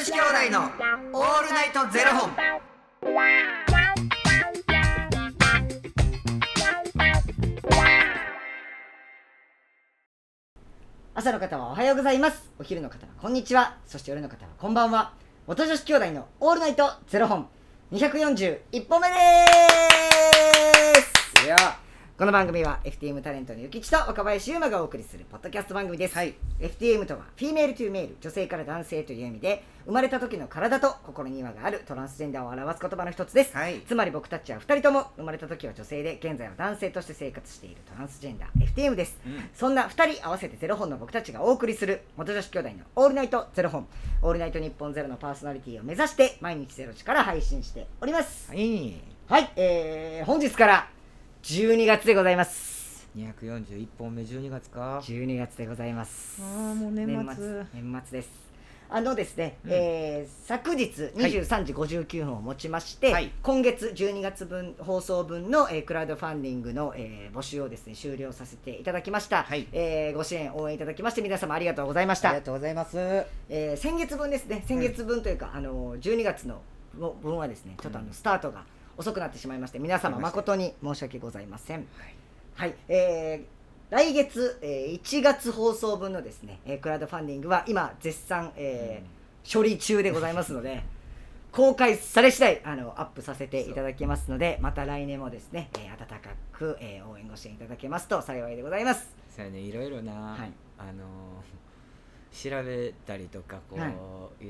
子兄弟のオールナイトゼロ本。 朝の方はおはようございます。お昼の方はこんにちは。そして夜の方はこんばんは。元女子兄弟のオールナイトゼロ本241本目です。 いやこの番組は FTM タレントのゆきちと若林優馬がお送りするポッドキャスト番組です、 はい。 FTM とはフィメールトゥーメール、女性から男性という意味で、生まれた時の体と心に違和があるトランスジェンダーを表す言葉の一つです、 はい。 つまり僕たちは2人とも生まれた時は女性で現在は男性として生活しているトランスジェンダー FTM です、そんな2人合わせてゼロ本の僕たちがお送りする元女子兄弟のオールナイトゼロ本、オールナイト日本ゼロのパーソナリティを目指して毎日ゼロ時から配信しております。 はい。 はい、本日から12月でございます。 241本目12月か。 12月でございます。 もう年末です。ですね、昨日はい 23時59分をもちまして、 はい、 今月12月分放送分の、クラウドファンディングの、募集をですね終了させていただきました、 はい。 ご支援応援いただきまして皆様ありがとうございました。 ありがとうございます。 先月分ですね、先月分というか、12月の分はですねちょっとスタートが遅くなってしまいまして皆様誠に申し訳ございません。はい、来月、1月放送分のですね、クラウドファンディングは今絶賛、処理中でございますので公開され次第アップさせていただきますので、また来年もですね、温かく、応援ご支援いただけますと幸いでございます。 そうやね、いろいろな、 はい、 調べたりとかこう、 はい、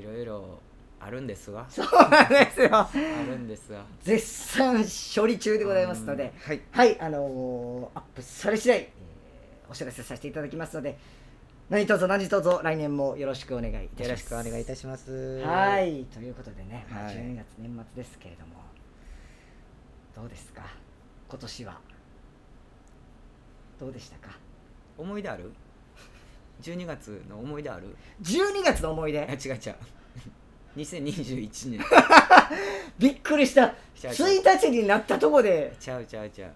いろいろあるんですわ。 そうなんですよあるんですわ。 絶賛処理中でございますので、 はい、 はい、アップされ次第、お知らせさせていただきますので、何卒来年もよろしくお願いいたします。 よろしくお願いいたします。 はい、ということでね、 はい、 12月年末ですけれどもどうですか、今年はどうでしたか。 思い出ある？12月の思い出ある ？12月の思い出？ 違う2021年びっくりした。1日になったとこでちゃう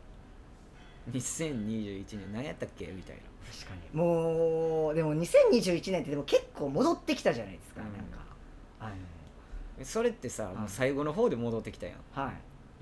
2021年何やったっけみたいな。 確かにもうでも2021年ってでも結構戻ってきたじゃないですか、なんかそれってさ、もう最後の方で戻ってきたやん。 はい、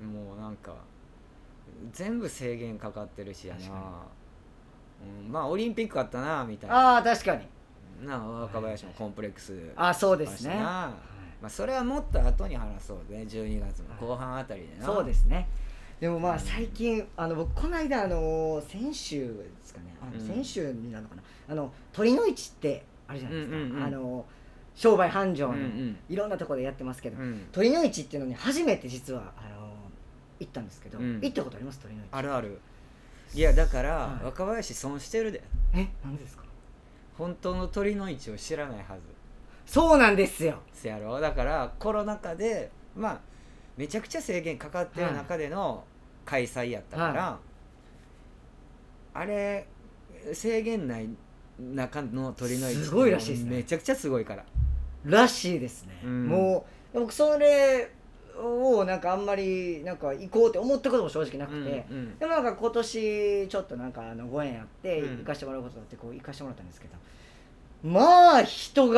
もうなんか全部制限かかってるしやな、まあオリンピックあったなみたいな。 ああ確かになあ、若林もコンプレックスあそうですね、 まあ、それはもっと後に話そうね、12月の後半あたりでな。 そうですね。でもまあ最近僕この間先週ですかね、先週になるのかな、鳥の市ってあるじゃないですか、商売繁盛のいろんなところでやってますけど、鳥の市っていうのに初めて実は行ったんですけど、行ったことあります？鳥の市。 あるある。いやだから、若林損してるで。 なんでですか？ 本当の鳥の市を知らないはず。 そうなんですよ。 せやろ。だからコロナ禍でまあめちゃくちゃ制限かかってる中での開催やったから、あれ制限ない中の鳥の市すごいらしいですね。 めちゃくちゃすごいかららしいですね、もう僕それをなんかあんまりなんか行こうって思ったことも正直なくて、でもなんか今年ちょっとなんかご縁あって行かしてもらうことだってこう行かしてもらったんですけど、まあ人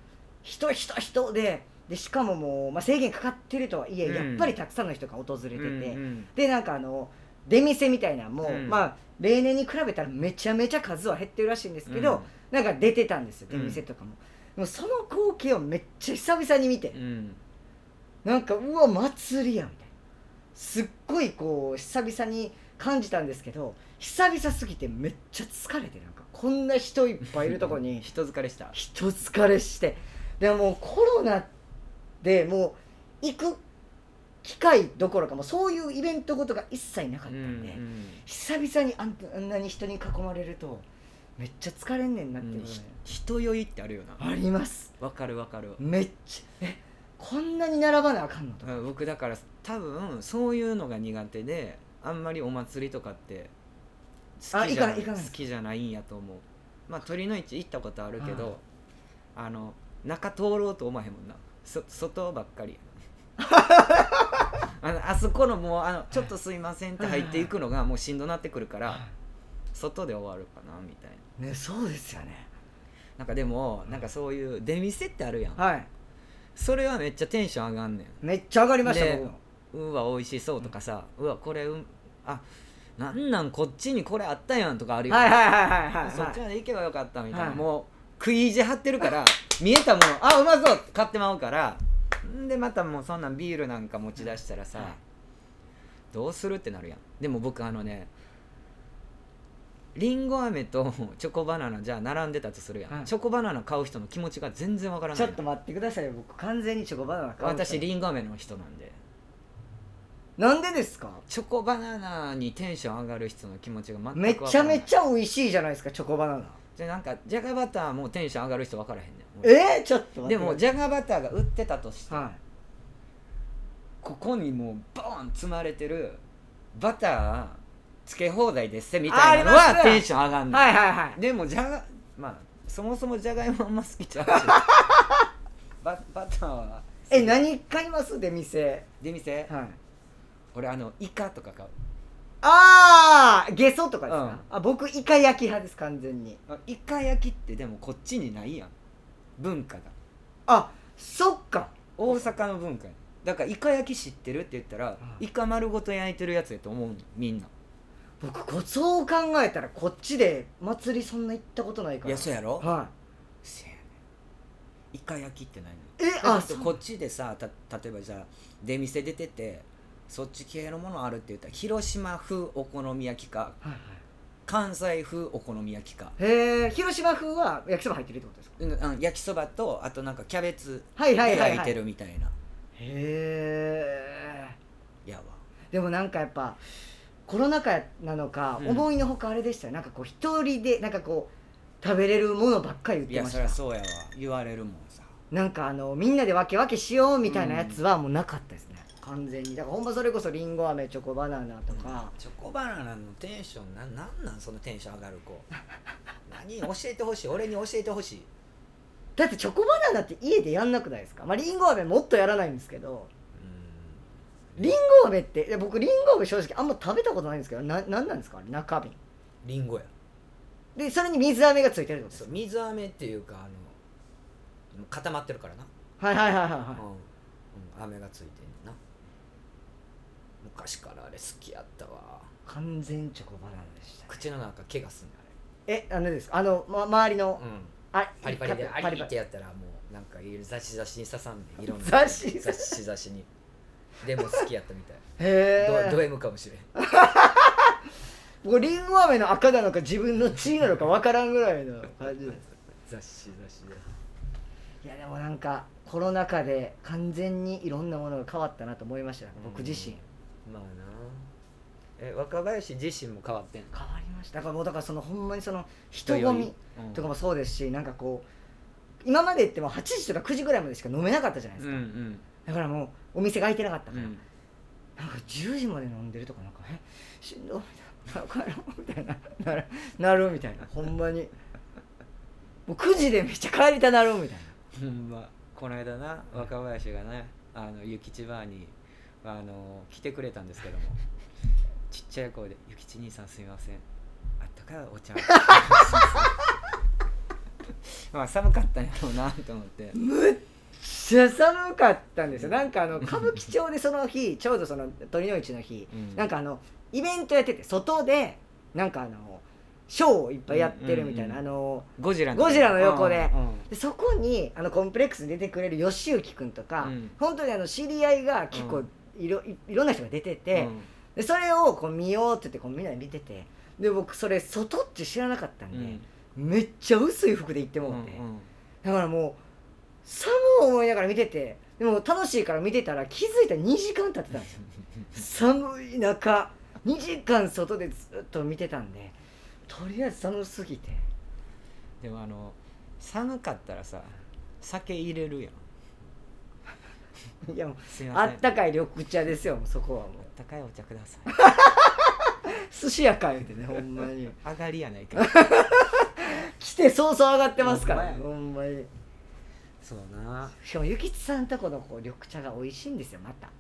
でしかももう、制限かかってるとはいえ、やっぱりたくさんの人が訪れてて、でなんか出店みたいなのも、例年に比べたらめちゃめちゃ数は減ってるらしいんですけど、なんか出てたんですよ、出店とかも。でもその光景をめっちゃ久々に見て、なんかうわ祭りやみたいな、すっごいこう久々に感じたんですけど、久々すぎてめっちゃ疲れて、なんかこんな人いっぱいいるとこに人疲れした。 人疲れして、でももうコロナでもう行く機会どころかもうそういうイベントごとが一切なかったんで、久々にあんなに人に囲まれるとめっちゃ疲れんねんなっていうことで、 人酔いってあるよな。 あります。 わかるめっちゃこんなに並ばなあかんのとか。 僕だから多分そういうのが苦手で、あんまりお祭りとかって好きじゃないんやと思う。まあ鳥の市行ったことあるけど、中通ろうと思わへんもんな。外ばっかりあそこのもうちょっとすいませんって入っていくのがもうしんどなってくるから、外で終わるかなみたいな。 ね、そうですよね。 なんかでもなんかそういう出店ってあるやん。 それはめっちゃテンション上がんねん。 めっちゃ上がりましたで僕も。 うわ美味しそうとかさ、うわこれあなんこっちにこれあったやんとかあるよ、 はいはいはいはいはいそっちまで行けばよかったみたいな、 はいもう食い意地張ってるから見えたものあうまそうって買ってまうから、んでまたもうそんなんビールなんか持ち出したらさ、 はいどうするってなるやん。でも僕リンゴ飴とチョコバナナじゃあ並んでたとするやん、 はいチョコバナナ買う人の気持ちが全然わからない。 ちょっと待ってくださいよ、僕完全にチョコバナナ買う私リンゴ飴の人なんで、 なんでですか？ チョコバナナにテンション上がる人の気持ちが全くわからない。 めちゃめちゃ美味しいじゃないですかチョコバナナ。 じゃあなんかジャガバターもテンション上がる人分からへんねん。 ちょっと待ってでもジャガバターが売ってたとして、 はここにもうボーン積まれてるバターつけ放題ですせみたいなのありますはテンション上がんい、 ねん、 はいはいはいでもまあそもそもじゃがいもあんま好きちゃうしバターは何買います出店？ 出店、 はい。 俺イカとか買う。 ああゲソとかですか？僕イカ焼き派です完全に。 イカ焼きってでもこっちにないやん、文化が。 あそっか。 大阪の文化や。だからイカ焼き知ってるって言ったら、イカ丸ごと焼いてるやつやと思うのみんな。 僕そう考えたらこっちで祭りそんな行ったことないから。 いやそうやろ。 はせやねん、イカ焼きってないの。 あこっちでさ例えばじゃあ出店出ててそっち系のものあるって言ったら広島風お好み焼きか、 はいはい、 関西風お好み焼きか。 へえ。広島風は焼きそば入ってるってことですか？ 焼きそばとあとなんかキャベツではいはいはいはい焼いてるみたいな。 へえ。 やわ。 でもなんかやっぱコロナ禍なのか、思いのほかあれでしたよ。なんかこう一人でなんかこう食べれるものばっかり売ってました。 いやそりゃそうやわ、言われるもんさ。 なんかみんなで分け分けしようみたいなやつはもうなかったですね、完全に。だからほんまそれこそリンゴ飴チョコバナナとか、 チョコバナナのテンションなんそのテンション上がる子何教えてほしい、俺に教えてほしい。 だってチョコバナナって家でやんなくないですか？まあリンゴ飴もっとやらないんですけど、リンゴ飴って僕リンゴ飴正直あんま食べたことないんですけど、なんなんですかあれ中身。 リンゴや。 でそれに水飴がついてるってことですか？ 水飴っていうか固まってるからな。 はいはいはいはいはい、 飴がついてんな。昔からあれ好きやったわ。 完全チョコバナナでした、ね、 口の中怪我すんねなんでですか？周りの、 あれ、パリパリでパリってやったらもうなんか雑誌に刺さんで、いろんな雑誌にでも好きやったみたい。 へえ。 ド M かもしれん。 僕リンゴ飴の赤なのか自分の血なのか分からんぐらいの感じです雑誌で。 いやでもなんかコロナ禍で完全にいろんなものが変わったなと思いました、僕自身。 まあな、若林自身も変わってんの？ 変わりました。だからそのほんまにその人混みとかもそうですし、なんかこう今までっても8時とか9時ぐらいまでしか飲めなかったじゃないですか、だからもうお店が開いてなかったから、なんか10時まで飲んでるとかなんかしんどいみたいな、帰ろうみたいななるみたいな、ほんまにもう9時でめっちゃ帰りたなるみたいな。 ほんまこの間な、若林がね諭吉バーに来てくれたんですけどもちっちゃい声で「諭吉兄さんすみません、あったかいお茶」まあ寒かったんやろうなと思って。 むっちゃ寒かったんですよ。なんか歌舞伎町でその日ちょうどその鳥の市の日、なんかイベントやってて、外でなんかショーをいっぱいやってるみたいな、 ゴジラの横で、でそこにコンプレックスに出てくれる吉行くんとか、本当に知り合いが結構いろんな人が出てて、でそれをこう見ようって言ってこうみんなで見てて、で僕それ外って知らなかったんで、めっちゃ薄い服で行ってもって、だからもう寒い思いながら見てて、でも楽しいから見てたら気づいたら2時間経ってたんですよ寒い中2時間外でずっと見てたんで、とりあえず寒すぎて。 でも寒かったらさ酒入れるやんいやもうあったかい緑茶ですよ、もうそこはもうあったかいお茶ください寿司屋か言うてね、ほんまに上がりやないか来て早々上がってますからね、ほんまに。 そうな。 しかもゆきちさんとこの緑茶が美味しいんですよ、また。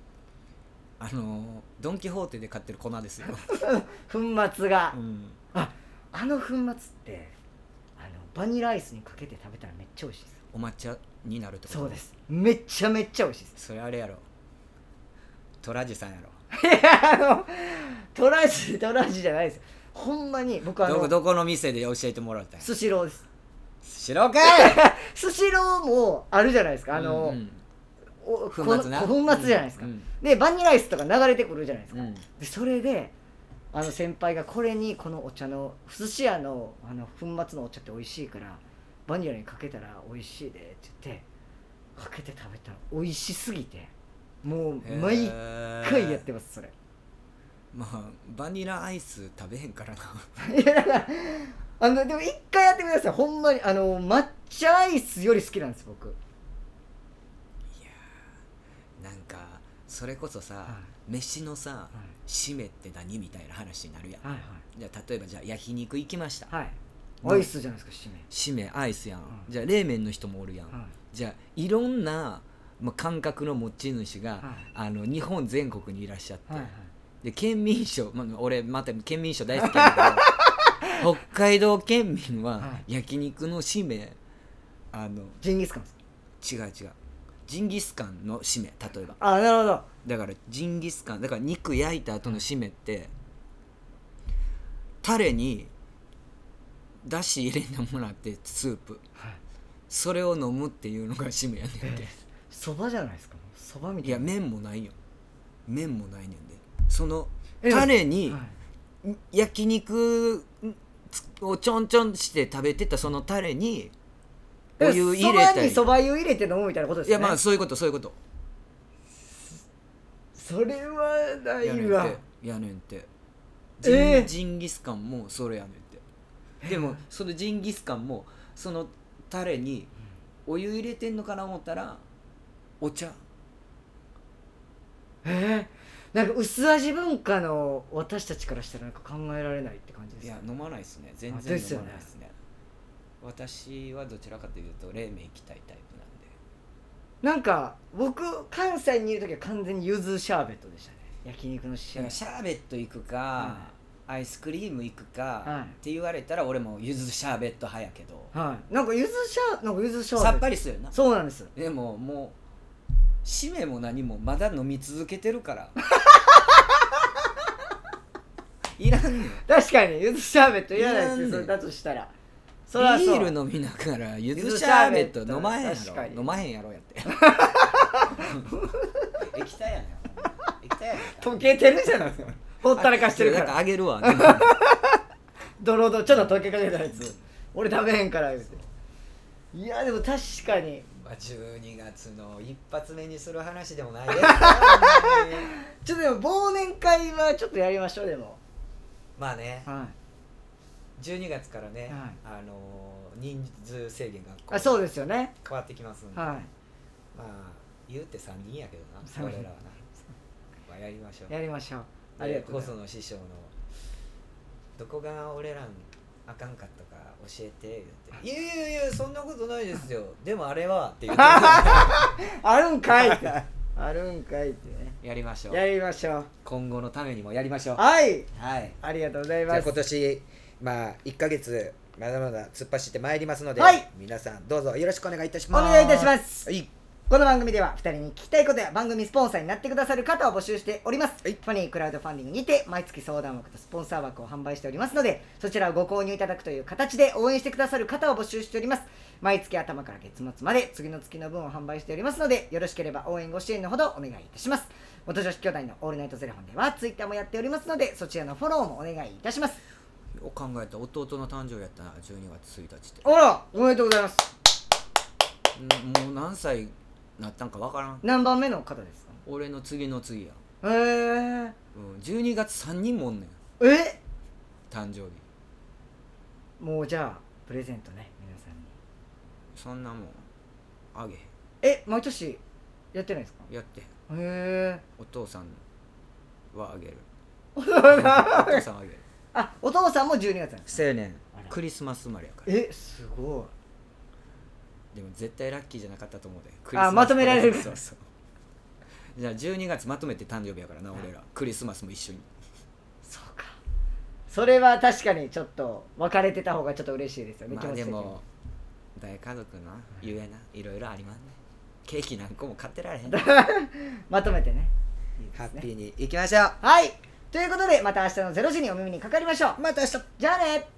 ドン・キホーテで買ってる粉ですよ粉末が、粉末ってバニラアイスにかけて食べたらめっちゃ美味しいです。 お抹茶になるってこと？ そうです。めちゃめちゃ美味しいです。 それあれやろ、トラジさんやろ。 いやトラジじゃないです。ほんまに僕どこの店で教えてもらったんや？ スシローです。 スシローかいスシローもあるじゃないですか、 粉末粉末じゃないですか、でバニラアイスとか流れてくるじゃないですか、でそれで先輩がこれにこのお茶の寿司屋の粉末のお茶って美味しいからバニラにかけたら美味しいでって言ってかけて食べたら美味しすぎてもう毎回やってますそれ。 まあバニラアイス食べへんからな。 いやだからでも一回やってください。ほんまに抹茶アイスより好きなんです僕。いやなんかそれこそさ、飯のさ、締めって何みたいな話になるやん、じゃあ例えばじゃあ焼肉行きました、 アイスじゃないですか締めアイスやん、じゃあ冷麺の人もおるやん、じゃあいろんな、感覚の持ち主が、日本全国にいらっしゃって、で県民賞、俺また県民賞大好きなんだけど北海道県民は焼肉の締めジンギスカン違うジンギスカンの締め、例えばなるほど。 だからジンギスカンだから肉焼いた後の締めって、タレにだし入れてもらってスープ、それを飲むっていうのが締めやねんで。 そばじゃないですか。そばみたいな。 いや麺もないよ、麺もないねんで。そのタレに焼肉をちょんちょんして食べてたそのタレにお湯入れたり、そばにそば湯入れて飲むみたいなことですよね。 いやそういうことそれはないわ。 やねんて。ジンギスカンもそれやねんて。でもそのジンギスカンもそのタレにお湯入れてんのかな思ったらお茶。 なんか薄味文化の私たちからしたらなんか考えられないって感じです。 いや飲まないですね、全然飲まないですね。私はどちらかというと冷麺行きたいタイプなんで。 なんか僕関西にいる時は完全に柚子シャーベットでしたね。焼肉のシャーベット行くか、アイスクリーム行くか、って言われたら俺も柚子シャーベット派やけど、 なんか柚子シャーベットさっぱりするよな。 そうなんです。 でももう締めも何もまだ飲み続けてるからいらんねん。 確かに柚子シャーベットいらないですね。それだとしたらビール飲みながら柚子シャーベット飲まへんやろ。飲まへんやろやって液体やねん。液体やねん。 溶けてるじゃないですか。ほったらかしてるから。 なんかあげるわドロドロちょっと溶けかけたやつ俺食べへんから言うて。いやでも確かに 12月の一発目にする話でもないですちょっとでも忘年会はちょっとやりましょう。でもまあね、12月からね、人数制限がそうですよね、 変わってきますんで、まあ言うて3人やけどな、俺らはなやりましょう。 やりましょう。 ありがとうございます。細野師匠のどこが俺らあかんかったか教えて言って、いやそんなことないですよでもあれはって言ってあるんかいってあるんかいってね。 やりましょう。 今後のためにもやりましょう。 はい、ありがとうございます。じゃあ今年1ヶ月まだまだ突っ走ってまいりますので、皆さんどうぞよろしくお願いいたします。 お願いいたします。この番組では2人に聞きたいことや番組スポンサーになってくださる方を募集しております。ファニークラウドファンディングにて毎月相談枠とスポンサー枠を販売しておりますので、そちらをご購入いただくという形で応援してくださる方を募集しております。毎月頭から月末まで次の月の分を販売しておりますので、よろしければ応援ご支援のほどお願いいたします。元女子兄弟のオールナイトゼロ本ではツイッターもやっておりますので、そちらのフォローもお願いいたします。 よく考えた弟の誕生日やったな、12月1日って。 あら、おめでとうございます。 もう何歳なったんか分からん。 何番目の方ですか？ 俺の次の次や。 12 月3人もおんねん。誕生日。 もうじゃあプレゼントね、皆さんに。 そんなもんあげへん。毎年やってないですか？ やってへ。 お父さんはあげる。 お父さんはあげる。 お父さんも12月なんです。 青年クリスマス生まれやから。 すごい。 でも絶対ラッキーじゃなかったと思うで。 まとめられる。 そうじゃあ12月まとめて誕生日やからな、俺らクリスマスも一緒に。 そうか、それは確かにちょっと別れてた方がちょっと嬉しいですよね。 でも大家族なゆえないろいろありますね。ケーキ何個も買ってられへんまとめてね、いいですね。 ハッピーにいきましょう。 はい、ということでまた明日の0時にお耳にかかりましょう。 また明日。 じゃあね。